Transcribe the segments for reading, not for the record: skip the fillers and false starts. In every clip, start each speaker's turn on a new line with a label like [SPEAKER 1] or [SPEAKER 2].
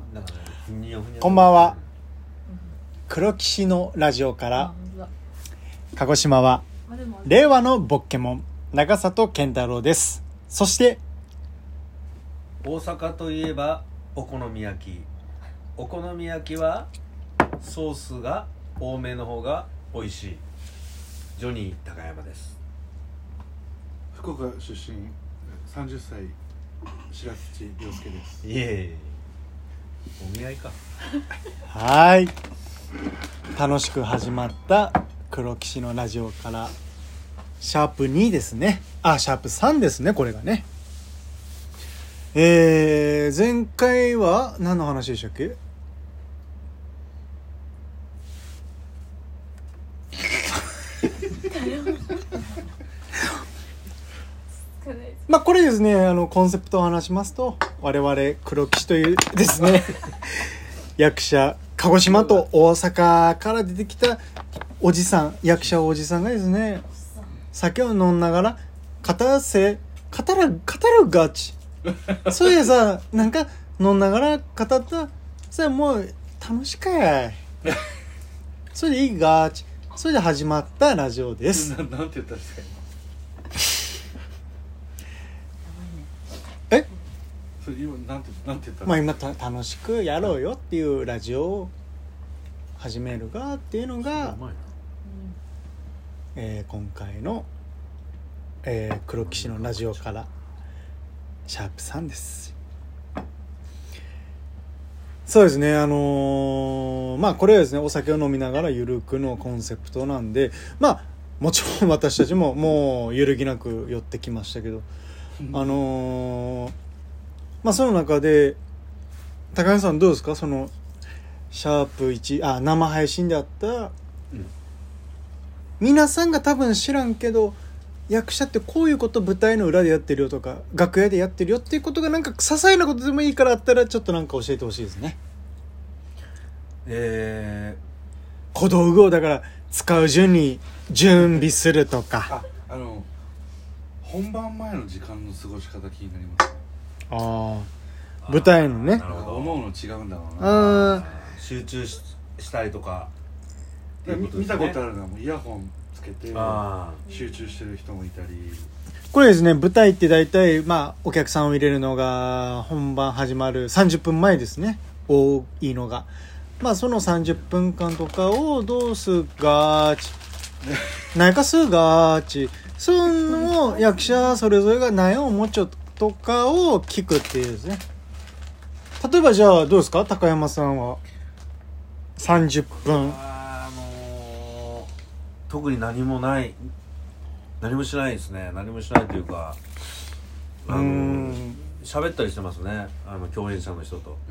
[SPEAKER 1] こんばんは。黒騎士のラジオから鹿児島は令和のボッケモン長里健太郎です。そして
[SPEAKER 2] 大阪といえばお好み焼き。お好み焼きはソースが多めの方が美味しい。ジョニー高山です。
[SPEAKER 3] 福岡出身30歳白土亮介です。
[SPEAKER 2] イエーイ。お見合いか。
[SPEAKER 1] はい、楽しく始まった黒騎士のラジオからシャープ2ですね。シャープ3ですね、これがね。前回は何の話でしたっけ？まあこれですね、コンセプトを話しますと、我々黒騎士というですね役者、鹿児島と大阪から出てきたおじさん、役者おじさんがですね、酒を飲んながら語るガチそういやさ、なんか飲んながら語ったそれもう楽しかいそれでいいガチ、それで始まったラジオです。
[SPEAKER 3] なんて言ったんですか
[SPEAKER 1] 今？
[SPEAKER 3] それ今なんて言ったんですか？
[SPEAKER 1] まあ今楽しくやろうよっていうラジオを始めるがっていうのが、今回の、黒騎士のラジオからシャープ3です。そうですね、まあこれはですね、お酒を飲みながらゆるくのコンセプトなんで、まあもちろん私たちももう揺るぎなく寄ってきましたけど、まあその中で高橋さんどうですか、そのシャープ1生配信であった、皆さんが多分知らんけど役者ってこういうこと舞台の裏でやってるよとか楽屋でやってるよっていうことがなんか些細なことでもいいからあったらちょっとなんか教えてほしいですね。小道具をだから使う順に準備するとか、
[SPEAKER 3] 本番前の時間の過ごし方気になりますね。
[SPEAKER 1] 舞台のね、
[SPEAKER 3] おのおの違うんだろうな。
[SPEAKER 2] 集中したいとか
[SPEAKER 3] 見たことあるのはもうイヤホンつけて集中してる人もいたり。
[SPEAKER 1] これですね、舞台って大体まあお客さんを入れるのが本番始まる30分前ですね、多いのが。まあその30分間とかをどうすがーち何かすがーち、その役者それぞれが何を思っちゃうとかを聞くっていうですね。例えばじゃあどうですか、高山さんは30分。
[SPEAKER 2] もう特に何もしないですね。何もしないというか喋ったりしてますね、共演者の人と。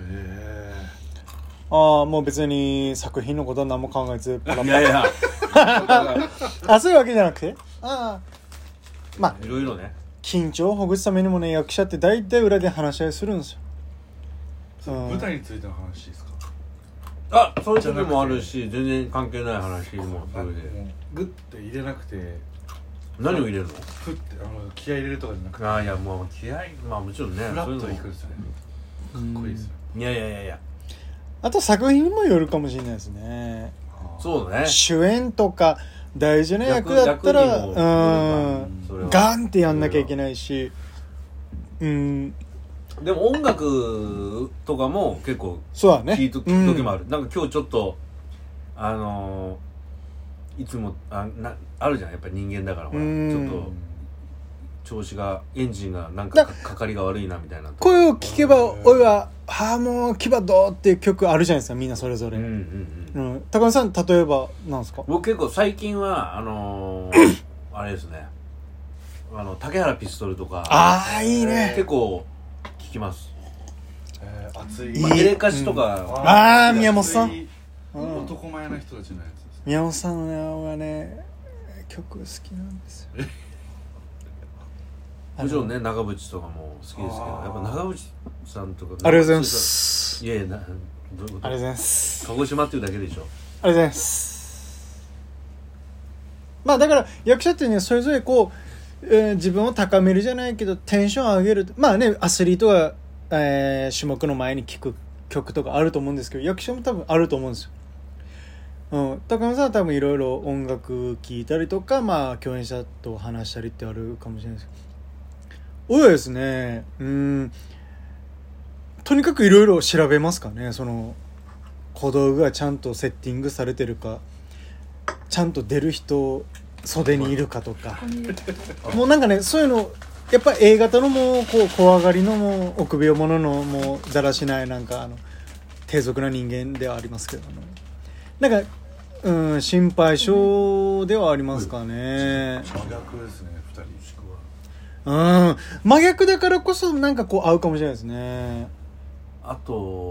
[SPEAKER 1] もう別に作品のことは何も考えずパラパラ。
[SPEAKER 2] いや
[SPEAKER 1] そういうわけじゃなくて、まあ
[SPEAKER 2] いろいろね、
[SPEAKER 1] 緊張をほぐすためにもね、役者って大体裏で話し合いするんですよ。
[SPEAKER 3] 舞台についての話ですか？
[SPEAKER 2] そういう時もあるし、全然関係ない話もそれで
[SPEAKER 3] グッて入れなくて。
[SPEAKER 2] 何を入れるの？
[SPEAKER 3] ふって気合い入れるとかじゃなくて。
[SPEAKER 2] いやもう気合い、まあもちろんね、
[SPEAKER 3] フラッといくんですよね。かっこいいですよ。
[SPEAKER 2] いや
[SPEAKER 1] あと作品にもよるかもしれないですね。
[SPEAKER 2] そうだね、
[SPEAKER 1] 主演とか大事な役だったらガンってやんなきゃいけないし、で
[SPEAKER 2] も音楽とかも結構
[SPEAKER 1] そうだね、
[SPEAKER 2] 聞く時もある。なんか今日ちょっといつもあるじゃん、やっぱり人間だからほら、ちょっと調子が、エンジンがなんかかかりが悪いなみたいな
[SPEAKER 1] 声を聞けば、おいはもう牙どうっていう曲あるじゃないですか、みんなそれぞれ。高橋さん例えばなんですか？
[SPEAKER 2] 僕結構最近はあれですね、竹原ピストルとか
[SPEAKER 1] いいね、
[SPEAKER 2] 結構聞きます。
[SPEAKER 3] 熱い
[SPEAKER 2] エレカシとか
[SPEAKER 1] 宮本さん、
[SPEAKER 3] 男前な人たちのやつです。
[SPEAKER 1] 宮本さんのはね曲好きなんですよ
[SPEAKER 2] もちろんね、長渕とかも好きですけど、やっぱ長渕さんとか。
[SPEAKER 1] ありがとうございます。
[SPEAKER 2] いやどういうこと？
[SPEAKER 1] ありがとうございます。
[SPEAKER 2] 鹿児島っていうだけでしょ。
[SPEAKER 1] ありがとうございます。まあだから役者ってね、それぞれこう、自分を高めるじゃないけどテンション上げる、まあね、アスリートが、種目の前に聞く曲とかあると思うんですけど、役者も多分あると思うんですよ。高山さんは多分いろいろ音楽聴いたりとか、まあ共演者と話したりってあるかもしれないですけど、俺はですね、とにかくいろいろ調べますかね。その小道具がちゃんとセッティングされてるか、ちゃんと出る人袖にいるかとかもうなんかね、そういうのやっぱ A 型のもうこう怖がりのもう臆病者のもうだらしないなんか低俗な人間ではありますけど、なんか心配性ではありますかね。
[SPEAKER 3] 真逆ですね、2人。
[SPEAKER 1] 真逆だからこそなんかこう合うかもしれないですね。
[SPEAKER 2] あと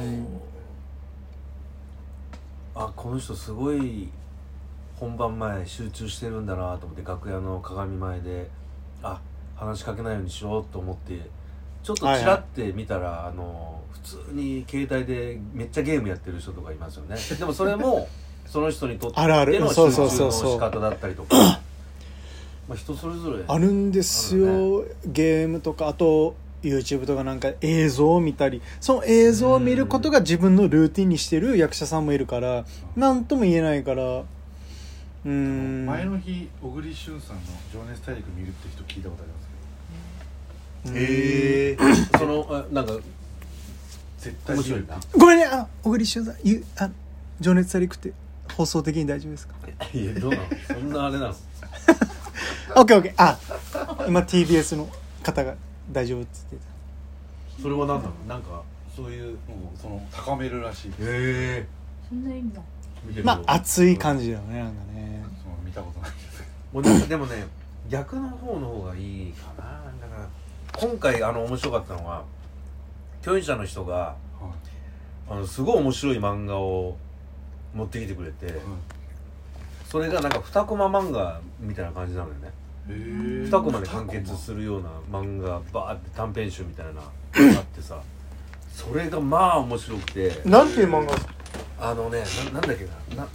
[SPEAKER 2] この人すごい本番前集中してるんだなと思って、楽屋の鏡前で話しかけないようにしようと思ってちょっとチラって見たら、普通に携帯でめっちゃゲームやってる人とかいますよね。でもそれもその人にとっての集中の仕方だったりとかまあ人それぞれ
[SPEAKER 1] あるんですよ、ね、ゲームとかあと YouTube とかなんか映像を見たり、その映像を見ることが自分のルーティンにしてる役者さんもいるから何とも言えないから。
[SPEAKER 3] 前の日小栗旬さんの「情熱大陸」見るって人聞いたことありますけど、
[SPEAKER 2] そのなんか
[SPEAKER 3] 絶対
[SPEAKER 2] 面白いな。
[SPEAKER 1] ごめんね、小栗旬さん情熱大陸って放送的に大丈夫ですか？
[SPEAKER 2] いやどうなの、そんなあれなの
[SPEAKER 1] オッケー今 TBS の方が大丈夫って言って
[SPEAKER 2] た。それは何なの？なんかそういう
[SPEAKER 3] その高めるらしい。
[SPEAKER 4] そんな意味だ。
[SPEAKER 1] まあ熱い感じだよね、なんかね。
[SPEAKER 3] 見たことないです
[SPEAKER 2] もうなんかでもね逆の方の方がいいかな。だから今回面白かったのは共演者の人が、すごい面白い漫画を持ってきてくれて、それがなんか2コマ漫画みたいな感じなのよね。2コマで完結するような漫画バーって短編集みたいなのがあってさ、それがまあ面白くて。
[SPEAKER 1] なんていう漫画ですか？
[SPEAKER 2] なんだっけな、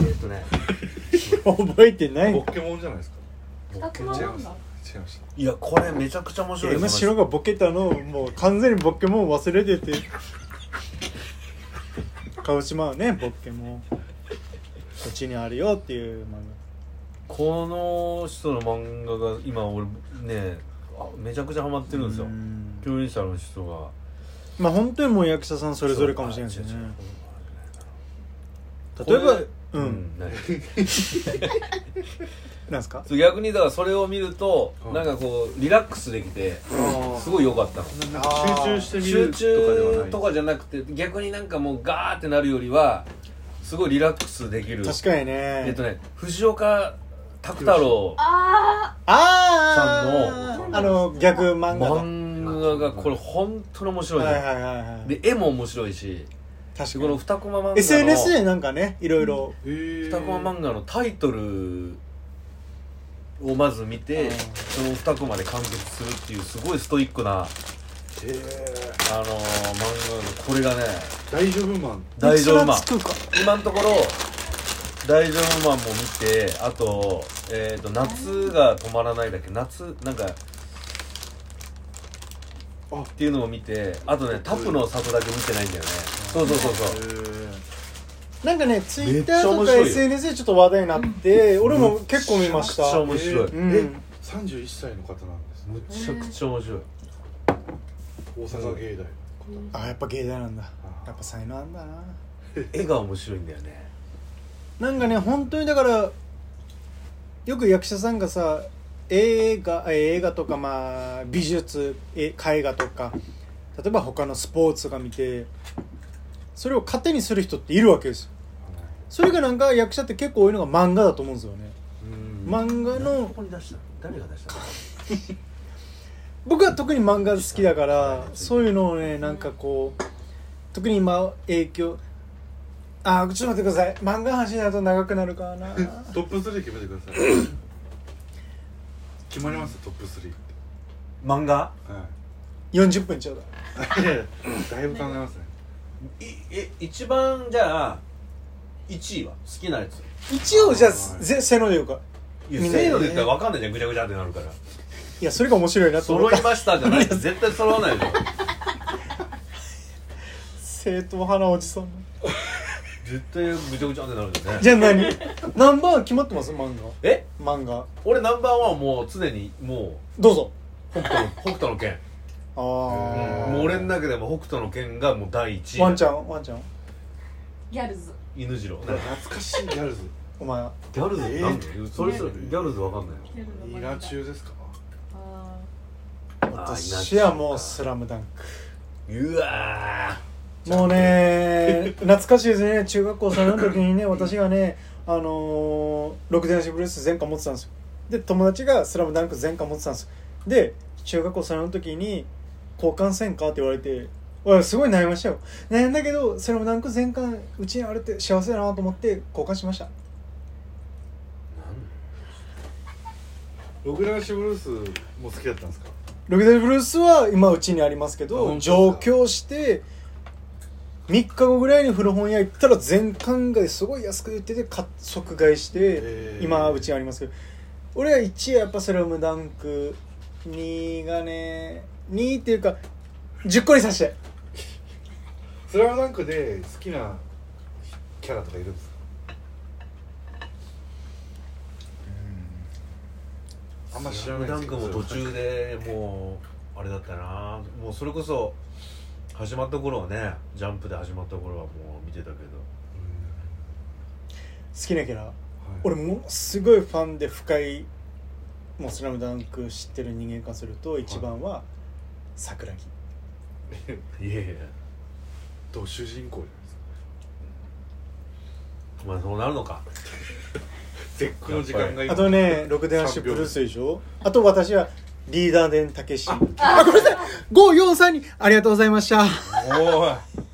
[SPEAKER 1] 覚えてない。
[SPEAKER 3] ボッケモンじゃないですか。
[SPEAKER 4] 違いました。
[SPEAKER 2] いやこれめちゃくちゃ面白い。
[SPEAKER 1] 今白がボケたのもう完全にボッケモン忘れてて鹿児島はね、ボッケモンこっちにあるよっていう漫
[SPEAKER 2] 画。この人の漫画が今俺ねめちゃくちゃハマってるんですよ。共演者の人が
[SPEAKER 1] まあ本当にもう役者さんそれぞれかもしれないですよね。例えばなんすか？
[SPEAKER 2] 逆にだからそれを見るとなんかこうリラックスできてすごい良かったの。
[SPEAKER 3] 集中して見る
[SPEAKER 2] とかじゃなくて、逆になんかもうガーってなるよりはすごいリラックスできる。
[SPEAKER 1] 確かにね。
[SPEAKER 2] 藤岡拓太郎さん
[SPEAKER 1] の逆漫
[SPEAKER 2] 画がこれ本当に面白いね。で絵も面白いし、確かにこの2コマ漫画の
[SPEAKER 1] SNS でなんかねいろいろ
[SPEAKER 2] 2コマ漫画のタイトルをまず見て、その2コマで完結するっていうすごいストイックな漫画のこれがね、
[SPEAKER 3] 大丈夫マン
[SPEAKER 2] 今のところ大丈夫マンも見て、あと夏が止まらないだっけ、夏なんかっていうのを見て、あとねタプの里だけ見てないんだよね。そう
[SPEAKER 1] なんかねツイッターとか SNS でちょっと話題になって俺も結構見ました。
[SPEAKER 2] めちゃくちゃ面白い。
[SPEAKER 3] 31歳の方なんです。
[SPEAKER 2] めちゃくちゃ面白い。
[SPEAKER 3] 大阪芸大。
[SPEAKER 1] やっぱ芸大なんだ。やっぱ才能あんだな。
[SPEAKER 2] 絵が面白いんだよね。
[SPEAKER 1] なんかね本当にだからよく役者さんがさ映画とかまあ美術絵画とか例えば他のスポーツとか見てそれを糧にする人っているわけですよ。それがなんか役者って結構多いのが漫画だと思うんですよね。漫画の
[SPEAKER 2] 誰が出したの
[SPEAKER 1] 僕は特に漫画好きだからそういうのをねなんかこう特に今影響ちょっと待ってください。漫画の話になると長くなるからな。
[SPEAKER 3] トップ3決めてください。決まります。トップ3って
[SPEAKER 2] 漫画、
[SPEAKER 1] 40分ちょうだ
[SPEAKER 3] だいぶ考えますね。
[SPEAKER 2] 一番じゃあ1位は好きなやつ。
[SPEAKER 1] 一応じゃあせーので言うか。
[SPEAKER 2] せーので言ったら分かんないじゃん、ぐちゃぐちゃってなるから。
[SPEAKER 1] いやそれが面白いなと思った。
[SPEAKER 2] 揃いましたじゃないと絶対揃わないでしょ。
[SPEAKER 1] 正統派なおじさん
[SPEAKER 2] 絶対ぐちゃぐちゃってなるよね。
[SPEAKER 1] じゃあ何ナンバー決まってます漫
[SPEAKER 2] 漫
[SPEAKER 1] 画
[SPEAKER 2] 俺ナンバーワンはもう常にも
[SPEAKER 1] どうぞ
[SPEAKER 2] う北斗の拳。
[SPEAKER 1] あ
[SPEAKER 2] もう俺の中でも北斗の拳がもう第一位。
[SPEAKER 1] ワンちゃん
[SPEAKER 4] ギャルズ。
[SPEAKER 2] 犬次郎。
[SPEAKER 3] 懐かしいギャルズ。
[SPEAKER 1] お前
[SPEAKER 2] ギャルズなんでそれギャルズわかんない
[SPEAKER 3] イラ中ですか。
[SPEAKER 1] 私はもうスラムダンク。
[SPEAKER 2] うわ
[SPEAKER 1] もうね懐かしいですね。中学校3年の時にね私がねロクデンシブルース全巻持ってたんですよ。で友達がスラムダンク全巻持ってたんですよ。で中学校3年の時に交換せんかって言われてすごい悩みましたよ。悩んだけどスラムダンク全巻うちにあるって幸せだなと思って交換しました。
[SPEAKER 3] ロクデンシブルースも好きだったんですか。
[SPEAKER 1] ロクデンシブルースは今うちにありますけど上京して3日後ぐらいに古本屋行ったら全巻がすごい安く売ってて即買いして今うちにありますけど、俺は1位はやっぱスラムダンク、2位がね2位っていうか10個にさせて。
[SPEAKER 3] スラムダンクで好きなキャラとかいるんですか。あんま知らない
[SPEAKER 2] スラムダンクも途中でもうあれだったな。もうそれこそ始まった頃はねジャンプで始まった頃はもう見てたけど。
[SPEAKER 1] 好きなキャラ、俺ものすごいファンで深いもうスラムダンク知ってる人間からすると一番は桜木。
[SPEAKER 2] いやいや
[SPEAKER 3] と主人公じゃないですか。
[SPEAKER 2] まあそうなるのか。
[SPEAKER 3] 絶句の時間が今
[SPEAKER 1] あとねロクデンシブルースでしょ。あと私はリーダーデンたけし。ごめんなさい543にありがとうございました。
[SPEAKER 2] おい